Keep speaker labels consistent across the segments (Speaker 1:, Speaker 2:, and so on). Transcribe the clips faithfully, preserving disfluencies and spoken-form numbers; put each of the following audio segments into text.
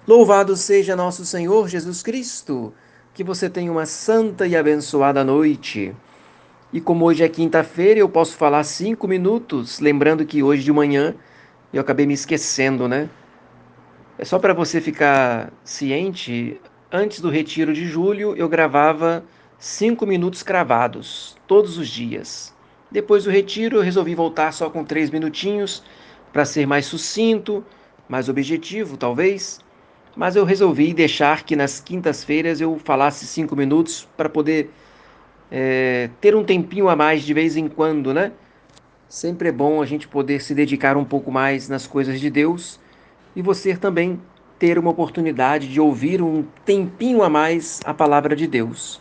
Speaker 1: Louvado seja nosso Senhor Jesus Cristo, que você tenha uma santa e abençoada noite. E como hoje é quinta-feira, eu posso falar cinco minutos, lembrando que hoje de manhã eu acabei me esquecendo, né? É só para você ficar ciente, antes do retiro de julho eu gravava cinco minutos cravados, todos os dias. Depois do retiro eu resolvi voltar só com três minutinhos, para ser mais sucinto, mais objetivo, talvez. Mas eu resolvi deixar que nas quintas-feiras eu falasse cinco minutos para poder é, ter um tempinho a mais de vez em quando, né? Sempre é bom a gente poder se dedicar um pouco mais nas coisas de Deus e você também ter uma oportunidade de ouvir um tempinho a mais a palavra de Deus.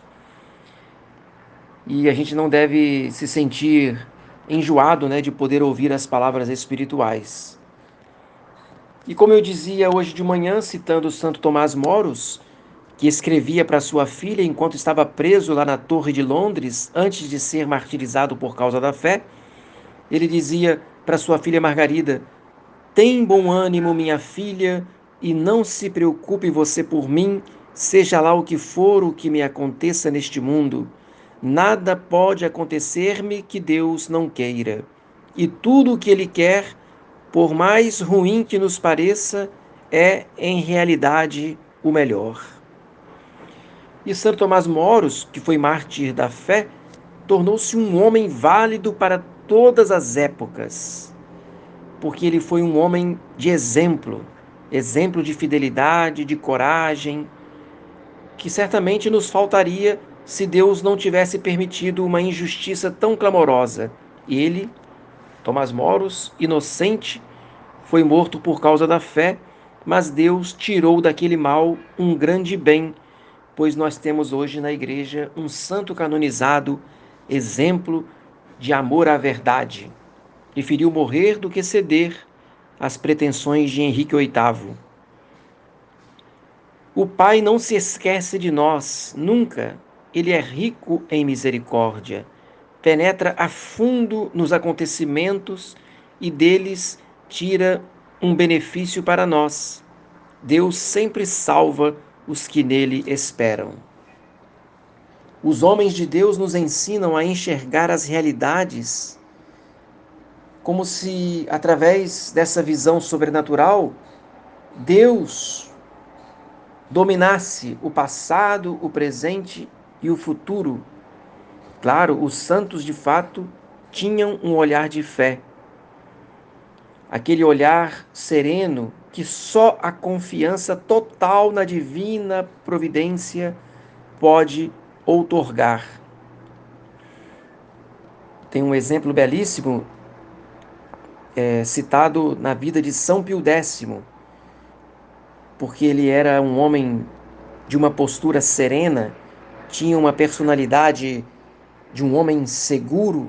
Speaker 1: E a gente não deve se sentir enjoado, né, de poder ouvir as palavras espirituais. E como eu dizia hoje de manhã, citando Santo Tomás Moros, que escrevia para sua filha enquanto estava preso lá na Torre de Londres, antes de ser martirizado por causa da fé, ele dizia para sua filha Margarida: Tem bom ânimo, minha filha, e não se preocupe você por mim, seja lá o que for o que me aconteça neste mundo. Nada pode acontecer-me que Deus não queira. E tudo o que Ele quer, por mais ruim que nos pareça, é em realidade o melhor. E Santo Tomás Moros, que foi mártir da fé, tornou-se um homem válido para todas as épocas, porque ele foi um homem de exemplo, exemplo de fidelidade, de coragem, que certamente nos faltaria se Deus não tivesse permitido uma injustiça tão clamorosa. Ele, Tomás Moros, inocente, foi morto por causa da fé, mas Deus tirou daquele mal um grande bem, pois nós temos hoje na igreja um santo canonizado, exemplo de amor à verdade. Preferiu morrer do que ceder às pretensões de Henrique oitavo. O Pai não se esquece de nós, nunca. Ele é rico em misericórdia, penetra a fundo nos acontecimentos e deles tira um benefício para nós. Deus sempre salva os que nele esperam. Os homens de Deus nos ensinam a enxergar as realidades como se, através dessa visão sobrenatural, Deus dominasse o passado, o presente e o futuro. Claro, os santos de fato tinham um olhar de fé, aquele olhar sereno que só a confiança total na divina providência pode outorgar. Tem um exemplo belíssimo é, citado na vida de São Pio X, porque ele era um homem de uma postura serena, tinha uma personalidade de um homem seguro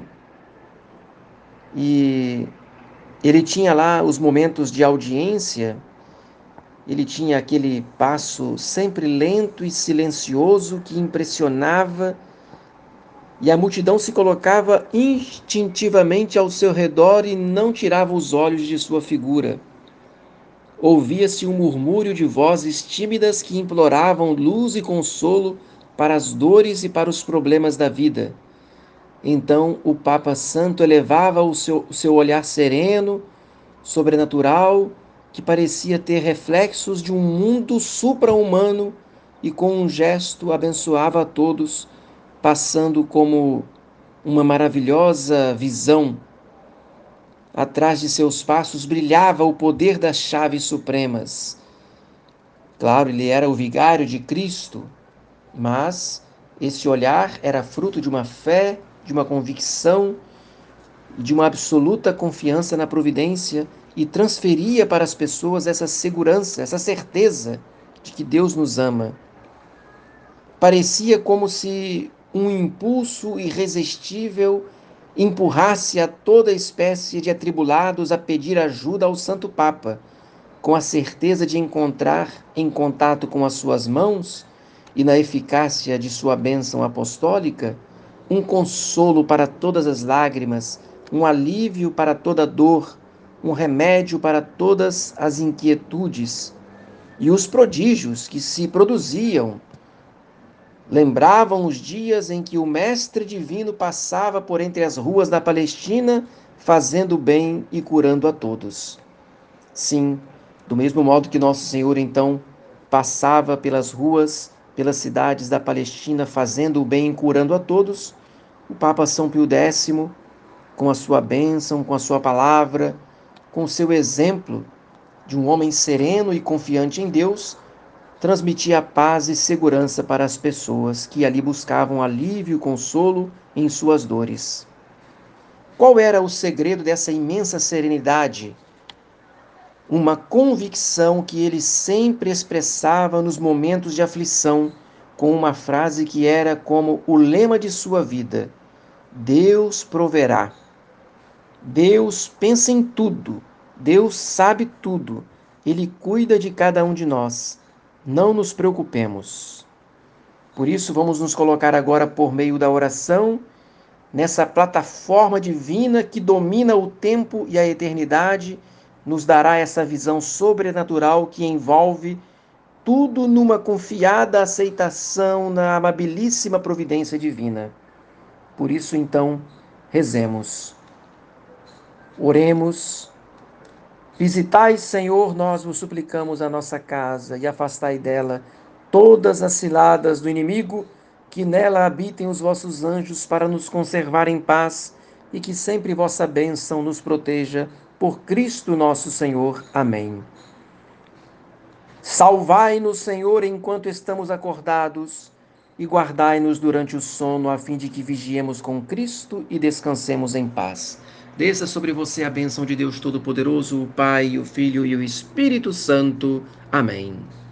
Speaker 1: e ele tinha lá os momentos de audiência, ele tinha aquele passo sempre lento e silencioso que impressionava e a multidão se colocava instintivamente ao seu redor e não tirava os olhos de sua figura. Ouvia-se um murmúrio de vozes tímidas que imploravam luz e consolo para as dores e para os problemas da vida. Então o Papa Santo elevava o seu, o seu olhar sereno, sobrenatural, que parecia ter reflexos de um mundo supra-humano e com um gesto abençoava a todos, passando como uma maravilhosa visão. Atrás de seus passos brilhava o poder das chaves supremas. Claro, ele era o vigário de Cristo, mas esse olhar era fruto de uma fé, de uma convicção, de uma absoluta confiança na providência e transferia para as pessoas essa segurança, essa certeza de que Deus nos ama. Parecia como se um impulso irresistível empurrasse a toda espécie de atribulados a pedir ajuda ao Santo Papa, com a certeza de encontrar, em contato com as suas mãos e na eficácia de sua bênção apostólica, um consolo para todas as lágrimas, um alívio para toda dor, um remédio para todas as inquietudes. e os prodígios que se produziam lembravam os dias em que o Mestre Divino passava por entre as ruas da Palestina, fazendo bem e curando a todos. Sim, do mesmo modo que Nosso Senhor então passava pelas ruas, pelas cidades da Palestina, fazendo o bem e curando a todos, o Papa São Pio X, com a sua bênção, com a sua palavra, com o seu exemplo de um homem sereno e confiante em Deus, transmitia paz e segurança para as pessoas que ali buscavam alívio e consolo em suas dores. Qual era o segredo dessa imensa serenidade? Uma convicção que ele sempre expressava nos momentos de aflição, com uma frase que era como o lema de sua vida: Deus proverá. Deus pensa em tudo, Deus sabe tudo, Ele cuida de cada um de nós. Não nos preocupemos. Por isso, vamos nos colocar agora por meio da oração nessa plataforma divina que domina o tempo e a eternidade, nos dará essa visão sobrenatural que envolve tudo numa confiada aceitação na amabilíssima providência divina. Por isso, então, rezemos. Oremos. Visitai, Senhor, nós vos suplicamos a nossa casa e afastai dela todas as ciladas do inimigo, que nela habitem os vossos anjos para nos conservar em paz e que sempre vossa bênção nos proteja. Por Cristo nosso Senhor. Amém. Salvai-nos, Senhor, enquanto estamos acordados e guardai-nos durante o sono, a fim de que vigiemos com Cristo e descansemos em paz. Desça sobre você a bênção de Deus Todo-Poderoso, o Pai, o Filho e o Espírito Santo. Amém.